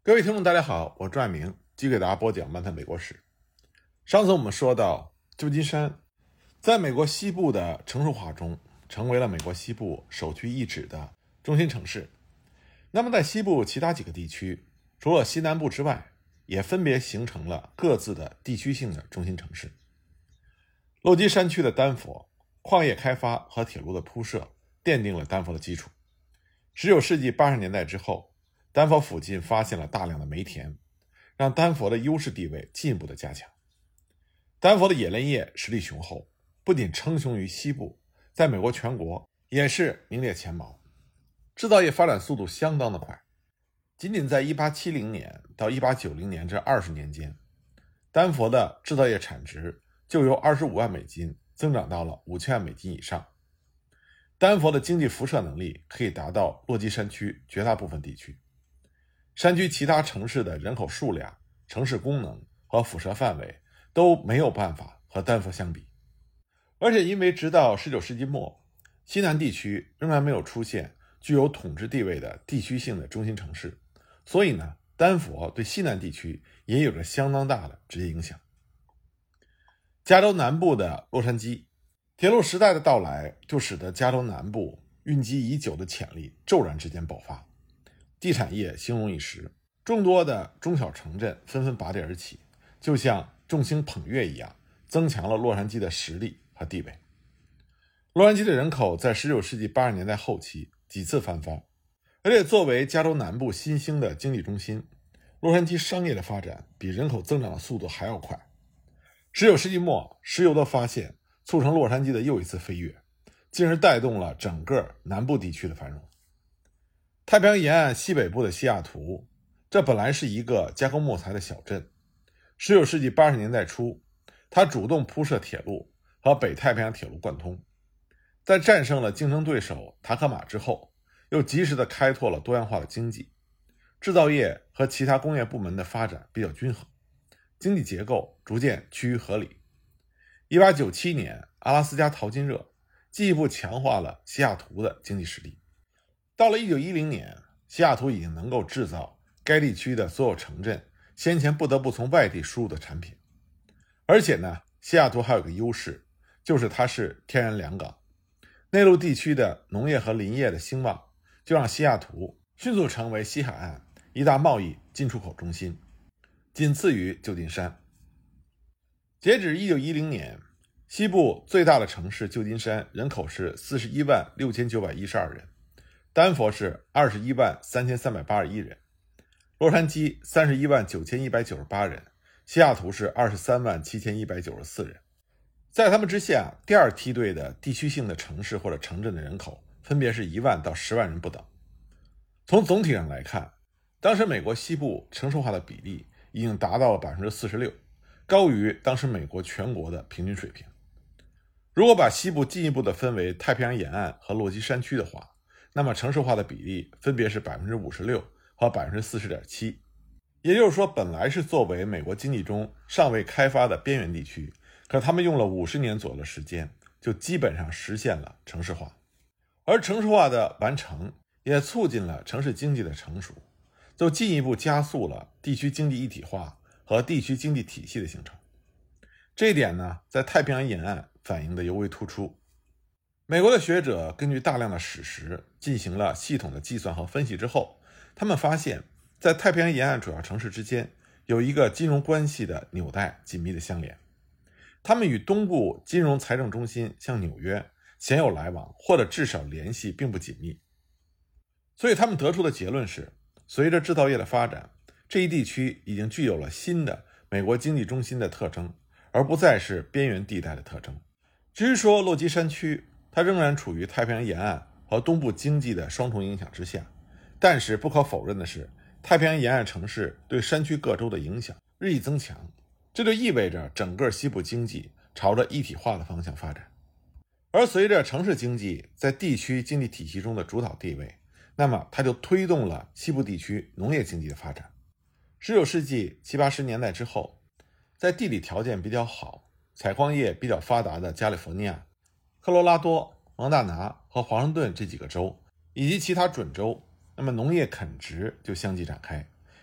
各位听众大家好，我是朱爱明，继续给大家播讲漫谈美国史。上次我们说到旧金山在美国西部的城市化中成为了美国西部首屈一指的中心城市。那么在西部其他几个地区，除了西南部之外，也分别形成了各自的地区性的中心城市。落基山区的丹佛，矿业开发和铁路的铺设奠定了丹佛的基础。19世纪80年代之后，丹佛附近发现了大量的煤田，让丹佛的优势地位进一步的加强。丹佛的冶炼业实力雄厚，不仅称雄于西部，在美国全国也是名列前茅。制造业发展速度相当的快，仅仅在1870年到1890年这20年间，丹佛的制造业产值就由25万美金增长到了5000万美金以上。丹佛的经济辐射能力可以达到落基山区绝大部分地区。山区其他城市的人口数量、城市功能和辐射范围都没有办法和丹佛相比。而且因为直到19世纪末，西南地区仍然没有出现具有统治地位的地区性的中心城市，所以呢，丹佛对西南地区也有着相当大的直接影响。加州南部的洛杉矶，铁路时代的到来就使得加州南部蕴积已久的潜力骤然之间爆发，地产业兴隆一时，众多的中小城镇纷纷拔地而起，就像众星捧月一样，增强了洛杉矶的实力和地位。洛杉矶的人口在19世纪80年代后期几次翻番，而且作为加州南部新兴的经济中心，洛杉矶商业的发展比人口增长的速度还要快。19世纪末，石油的发现促成洛杉矶的又一次飞跃，进而带动了整个南部地区的繁荣。太平洋沿岸西北部的西雅图，这本来是一个加工木材的小镇。19世纪80年代初，它主动铺设铁路和北太平洋铁路贯通，在战胜了竞争对手塔科马之后，又及时的开拓了多样化的经济，制造业和其他工业部门的发展比较均衡，经济结构逐渐趋于合理。1897年阿拉斯加淘金热进一步强化了西雅图的经济实力。到了1910年，西雅图已经能够制造该地区的所有城镇先前不得不从外地输入的产品。而且呢，西雅图还有个优势，就是它是天然良港。内陆地区的农业和林业的兴旺，就让西雅图迅速成为西海岸一大贸易进出口中心，仅次于旧金山。截止1910年，西部最大的城市旧金山人口是41万6912人，丹佛是21万3381人，洛杉矶31万9198人，西雅图是23万7194人。在他们之下，第二梯队的地区性的城市或者城镇的人口分别是1万到10万人不等。从总体上来看，当时美国西部城市化的比例已经达到了 46%， 高于当时美国全国的平均水平。如果把西部进一步的分为太平洋沿岸和落基山区的话，那么城市化的比例分别是 56% 和 40.7%。 也就是说，本来是作为美国经济中尚未开发的边缘地区，可是他们用了50年左右的时间，就基本上实现了城市化。而城市化的完成也促进了城市经济的成熟，就进一步加速了地区经济一体化和地区经济体系的形成。这一点呢，在太平洋沿岸反映的尤为突出。美国的学者根据大量的史实进行了系统的计算和分析之后，他们发现在太平洋沿岸主要城市之间有一个金融关系的纽带紧密的相连，他们与东部金融财政中心像纽约鲜有来往，或者至少联系并不紧密。所以他们得出的结论是，随着制造业的发展，这一地区已经具有了新的美国经济中心的特征，而不再是边缘地带的特征。至于说落基山区，它仍然处于太平洋沿岸和东部经济的双重影响之下，但是不可否认的是，太平洋沿岸城市对山区各州的影响日益增强，这就意味着整个西部经济朝着一体化的方向发展。而随着城市经济在地区经济体系中的主导地位，那么它就推动了西部地区农业经济的发展。19世纪70、80年代之后，在地理条件比较好、采矿业比较发达的加利福尼亚、科罗拉多、蒙大拿和华盛顿这几个州以及其他准州，那么农业垦殖就相继展开，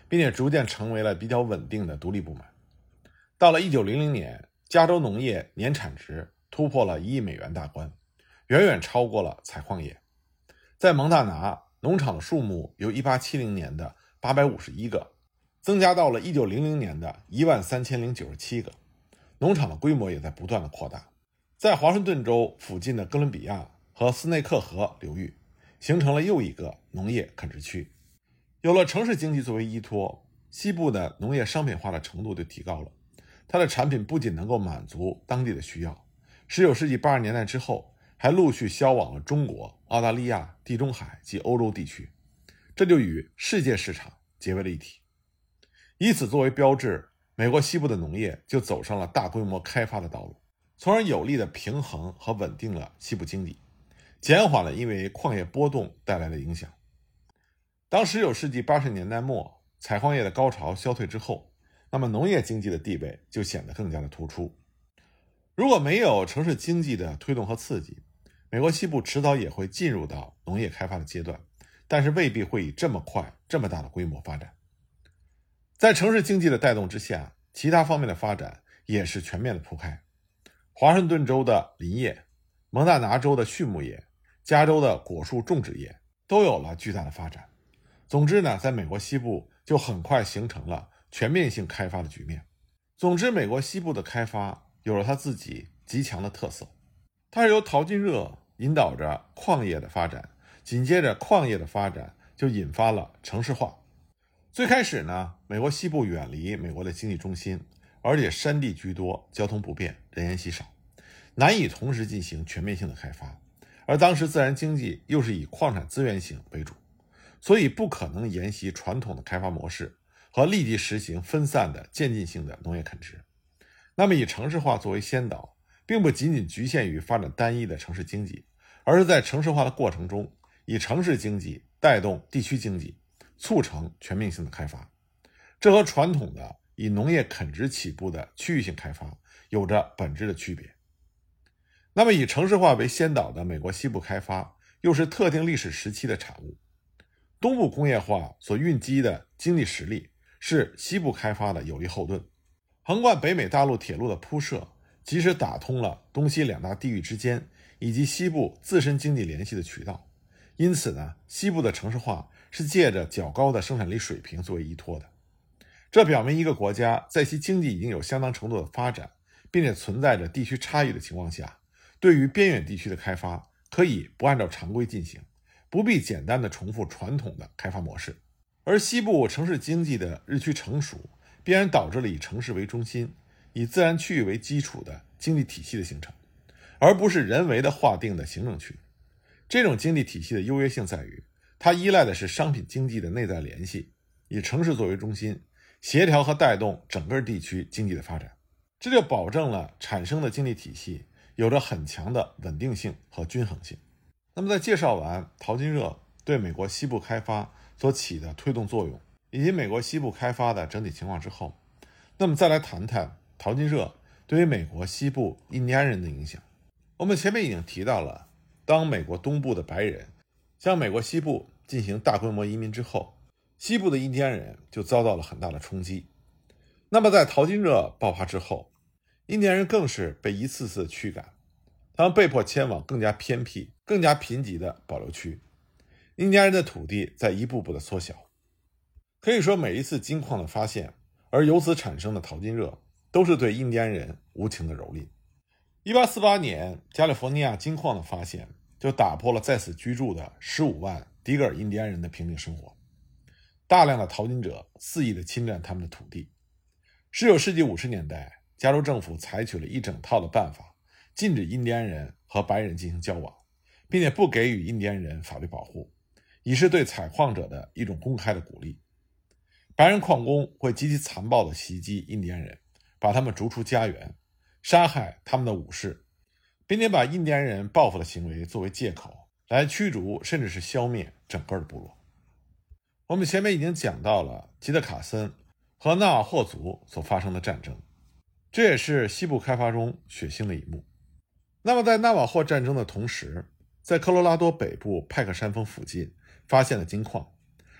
并且逐渐成为了比较稳定的独立部门。到了1900年，加州农业年产值突破了1亿美元大关，远远超过了采矿业。在蒙大拿，农场的数目由1870年的851个增加到了1900年的13097个，农场的规模也在不断的扩大。在华盛顿州附近的哥伦比亚和斯内克河流域形成了又一个农业垦殖区。有了城市经济作为依托，西部的农业商品化的程度就提高了。它的产品不仅能够满足当地的需要，19世纪80年代之后还陆续销往了中国、澳大利亚、地中海及欧洲地区，这就与世界市场结为了一体。以此作为标志，美国西部的农业就走上了大规模开发的道路，从而有力地平衡和稳定了西部经济，减缓了因为矿业波动带来的影响。当19世纪80年代末采矿业的高潮消退之后，那么农业经济的地位就显得更加的突出。如果没有城市经济的推动和刺激，美国西部迟早也会进入到农业开发的阶段，但是未必会以这么快这么大的规模发展。在城市经济的带动之下，其他方面的发展也是全面的铺开。华盛顿州的林业、蒙大拿州的畜牧业、加州的果树种植业都有了巨大的发展。总之呢，在美国西部就很快形成了全面性开发的局面。总之，美国西部的开发有了它自己极强的特色，它是由淘金热引导着矿业的发展，紧接着矿业的发展就引发了城市化。最开始呢，美国西部远离美国的经济中心，而且山地居多，交通不便，人烟稀少，难以同时进行全面性的开发。而当时自然经济又是以矿产资源型为主，所以不可能沿袭传统的开发模式和立即实行分散的渐进性的农业垦殖。那么以城市化作为先导，并不仅仅局限于发展单一的城市经济，而是在城市化的过程中，以城市经济带动地区经济，促成全面性的开发。这和传统的以农业垦殖起步的区域性开发有着本质的区别。那么以城市化为先导的美国西部开发又是特定历史时期的产物。东部工业化所蕴积的经济实力是西部开发的有力后盾。横贯北美大陆铁路的铺设，即使打通了东西两大地域之间以及西部自身经济联系的渠道，因此呢，西部的城市化是借着较高的生产力水平作为依托的。这表明一个国家在其经济已经有相当程度的发展，并且存在着地区差异的情况下，对于边远地区的开发可以不按照常规进行，不必简单的重复传统的开发模式。而西部城市经济的日趋成熟，必然导致了以城市为中心，以自然区域为基础的经济体系的形成，而不是人为的划定的行政区。这种经济体系的优越性在于，它依赖的是商品经济的内在联系，以城市作为中心，协调和带动整个地区经济的发展。这就保证了产生的经济体系有着很强的稳定性和均衡性。那么在介绍完淘金热对美国西部开发所起的推动作用，以及美国西部开发的整体情况之后，那么再来谈谈淘金热对于美国西部印第安人的影响。我们前面已经提到了，当美国东部的白人向美国西部进行大规模移民之后，西部的印第安人就遭到了很大的冲击。那么在淘金热爆发之后，印第安人更是被一次次驱赶，他们被迫迁往更加偏僻、更加贫瘠的保留区。印第安人的土地在一步步的缩小。可以说每一次金矿的发现而由此产生的淘金热，都是对印第安人无情的蹂躏。1848年加利福尼亚金矿的发现，就打破了在此居住的15万迪格尔印第安人的平静生活。大量的淘金者肆意地侵占他们的土地。19世纪50年代，加州政府采取了一整套的办法，禁止印第安人和白人进行交往，并且不给予印第安人法律保护，以是对采矿者的一种公开的鼓励。白人矿工会极其残暴地袭击印第安人，把他们逐出家园，杀害他们的武士，并且把印第安人报复的行为作为借口来驱逐甚至是消灭整个的部落。我们前面已经讲到了吉德卡森和纳瓦霍族所发生的战争，这也是西部开发中血腥的一幕。那么在纳瓦霍战争的同时，在科罗拉多北部派克山峰附近发现了金矿，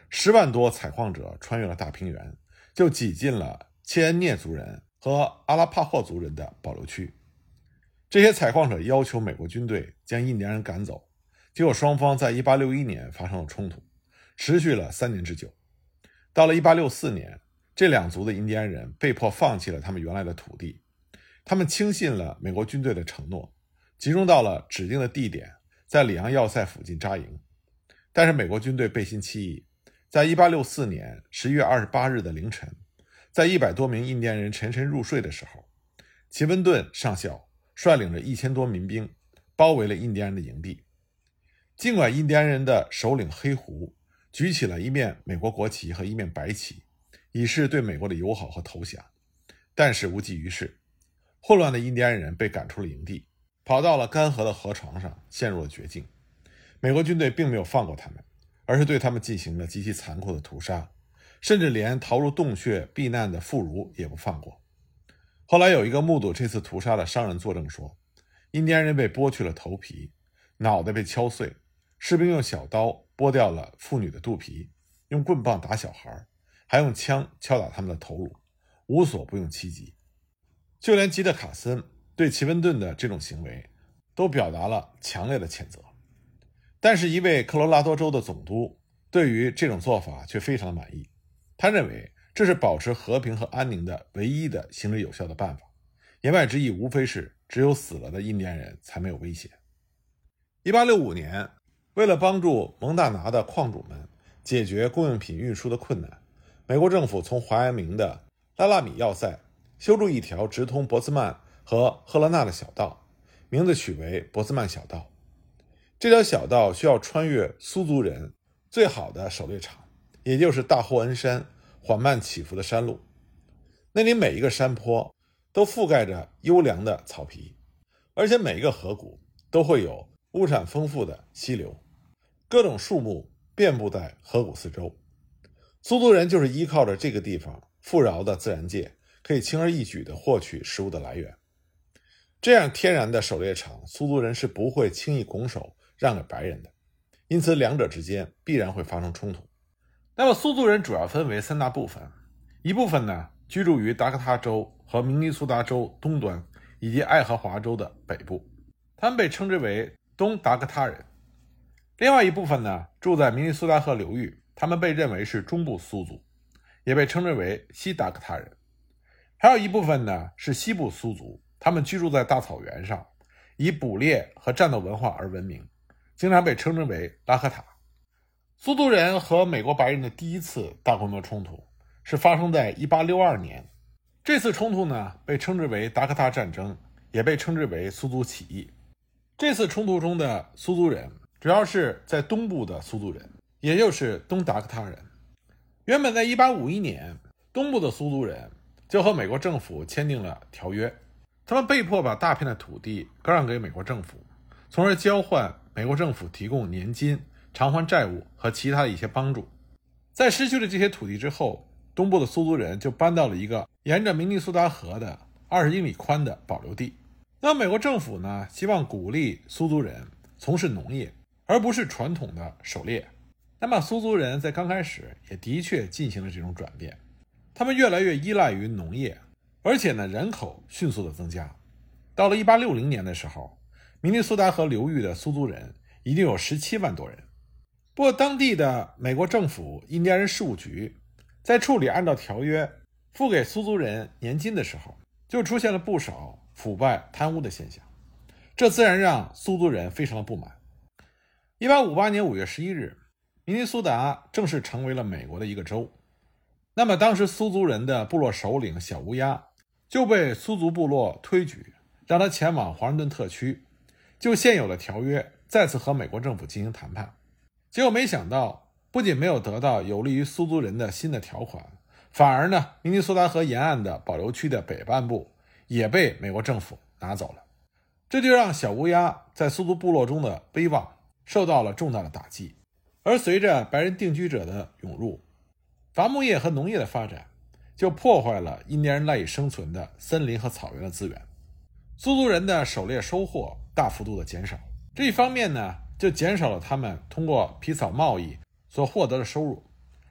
10万多采矿者穿越了大平原，就挤进了切恩涅族人和阿拉帕霍族人的保留区。这些采矿者要求美国军队将印第安人赶走，结果双方在1861年发生了冲突，持续了3年之久。到了1864年，这两族的印第安人被迫放弃了他们原来的土地，他们轻信了美国军队的承诺，集中到了指定的地点，在里昂要塞附近扎营。但是美国军队背信弃义，在1864年11月28日的凌晨，在100多名印第安人沉沉入睡的时候，奇温顿上校率领着1000多民兵包围了印第安人的营地。尽管印第安人的首领黑胡举起了一面美国国旗和一面白旗，以示对美国的友好和投降，但是无济于事。混乱的印第安人被赶出了营地，跑到了干涸的河床上，陷入了绝境。美国军队并没有放过他们，而是对他们进行了极其残酷的屠杀，甚至连逃入洞穴避难的妇孺也不放过。后来有一个目睹这次屠杀的商人作证说，印第安人被剥去了头皮，脑袋被敲碎，士兵用小刀剥掉了妇女的肚皮，用棍棒打小孩，还用枪敲打他们的头颅，无所不用其极。就连吉德卡森对奇温顿的这种行为都表达了强烈的谴责。但是一位科罗拉多州的总督对于这种做法却非常满意，他认为这是保持和平和安宁的唯一的行之有效的办法，言外之意无非是只有死了的印第安人才没有威胁。1865年，为了帮助蒙大拿的矿主们解决供应品运输的困难，美国政府从怀俄明的拉拉米要塞修筑一条直通博兹曼和赫勒纳的小道，名字取为博兹曼小道。这条小道需要穿越苏族人最好的狩猎场，也就是大霍恩山缓慢起伏的山路。那里每一个山坡都覆盖着优良的草皮，而且每一个河谷都会有物产丰富的溪流，各种树木遍布在河谷四周。苏族人就是依靠着这个地方富饶的自然界，可以轻而易举地获取食物的来源。这样天然的狩猎场，苏族人是不会轻易拱手让给白人的，因此两者之间必然会发生冲突。那么苏族人主要分为3大部分，一部分呢居住于达科他州和明尼苏达州东端以及爱荷华州的北部，他们被称之为东达科他人。另外一部分呢住在明尼苏达河流域，他们被认为是中部苏族，也被称之为西达科他人。还有一部分呢是西部苏族，他们居住在大草原上，以捕猎和战斗文化而闻名，经常被称之为拉科塔。苏族人和美国白人的第一次大规模冲突是发生在1862年，这次冲突呢被称之为达科他战争，也被称之为苏族起义。这次冲突中的苏族人主要是在东部的苏族人，也就是东达科他人。原本在1851年，东部的苏族人就和美国政府签订了条约，他们被迫把大片的土地割让给美国政府，从而交换美国政府提供年金、偿还债务和其他的一些帮助。在失去了这些土地之后，东部的苏族人就搬到了一个沿着明尼苏达河的20英里宽的保留地。那美国政府呢，希望鼓励苏族人从事农业，而不是传统的狩猎。那么苏族人在刚开始也的确进行了这种转变，他们越来越依赖于农业，而且呢人口迅速的增加。到了1860年的时候，明尼苏达河流域的苏族人已经有17万多人。不过当地的美国政府印第安人事务局在处理按照条约付给苏族人年金的时候，就出现了不少腐败贪污的现象，这自然让苏族人非常的不满。1858年5月11日，明尼苏达正式成为了美国的一个州。那么当时苏族人的部落首领小乌鸦就被苏族部落推举，让他前往华盛顿特区，就现有的条约再次和美国政府进行谈判。结果没想到，不仅没有得到有利于苏族人的新的条款，反而呢，明尼苏达河沿岸的保留区的北半部也被美国政府拿走了。这就让小乌鸦在苏族部落中的威望受到了重大的打击。而随着白人定居者的涌入，伐木业和农业的发展就破坏了印第安人赖以生存的森林和草原的资源，苏族人的狩猎收获大幅度的减少。这一方面呢，就减少了他们通过皮草贸易所获得的收入，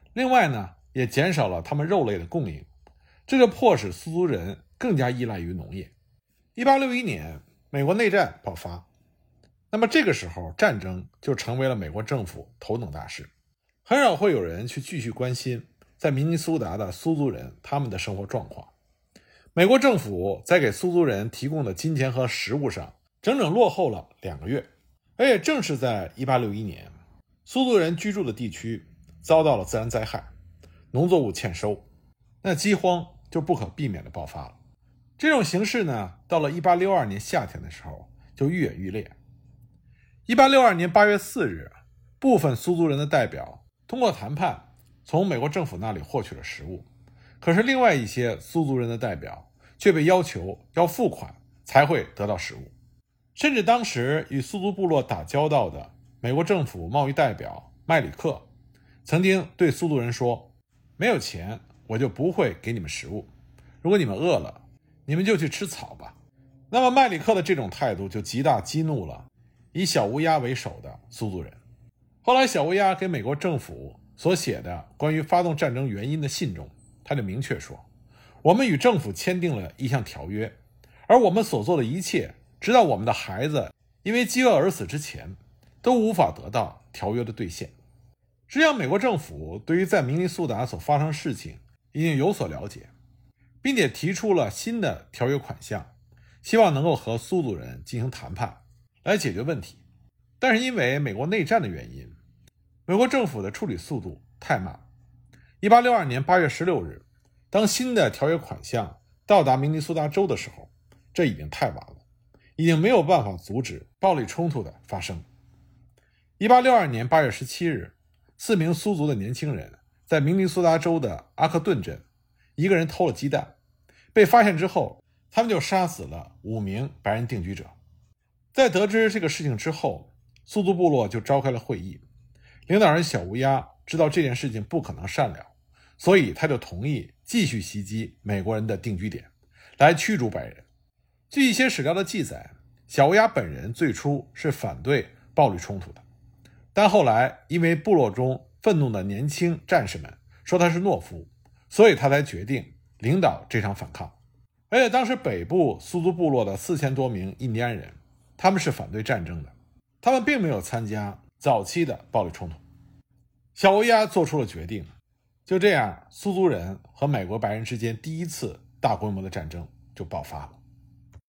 另外呢，也减少了他们肉类的供应，这就迫使苏族人更加依赖于农业。1861年，美国内战爆发，那么这个时候战争就成为了美国政府头等大事，很少会有人去继续关心在明尼苏达的苏族人他们的生活状况。美国政府在给苏族人提供的金钱和食物上整整落后了2个月，而且正是在1861年，苏族人居住的地区遭到了自然灾害，农作物欠收，那饥荒就不可避免地爆发了。这种形势呢，到了1862年夏天的时候就愈演愈烈。1862年8月4日，部分苏族人的代表通过谈判从美国政府那里获取了食物，可是另外一些苏族人的代表却被要求要付款才会得到食物。甚至当时与苏族部落打交道的美国政府贸易代表麦里克曾经对苏族人说，没有钱我就不会给你们食物，如果你们饿了，你们就去吃草吧。那么麦里克的这种态度就极大激怒了以小乌鸦为首的苏族人。后来小乌鸦给美国政府所写的关于发动战争原因的信中，他就明确说，我们与政府签订了一项条约，而我们所做的一切直到我们的孩子因为饥饿而死之前都无法得到条约的兑现。实际上美国政府对于在明尼苏达所发生的事情已经有所了解，并且提出了新的条约款项，希望能够和苏族人进行谈判来解决问题。但是因为美国内战的原因，美国政府的处理速度太慢。1862年8月16日，当新的条约款项到达明尼苏达州的时候，这已经太晚了，已经没有办法阻止暴力冲突的发生。1862年8月17日，4名苏族的年轻人在明尼苏达州的阿克顿镇，一个人偷了鸡蛋，被发现之后，他们就杀死了5名白人定居者。在得知这个事情之后，苏族部落就召开了会议，领导人小乌鸦知道这件事情不可能善了，所以他就同意继续袭击美国人的定居点，来驱逐白人。据一些史料的记载，小乌鸦本人最初是反对暴力冲突的，但后来因为部落中愤怒的年轻战士们说他是懦夫，所以他才决定领导这场反抗。而且当时北部苏族部落的4000多名印第安人，他们是反对战争的，他们并没有参加早期的暴力冲突。小乌鸦做出了决定，就这样苏族人和美国白人之间第一次大规模的战争就爆发了。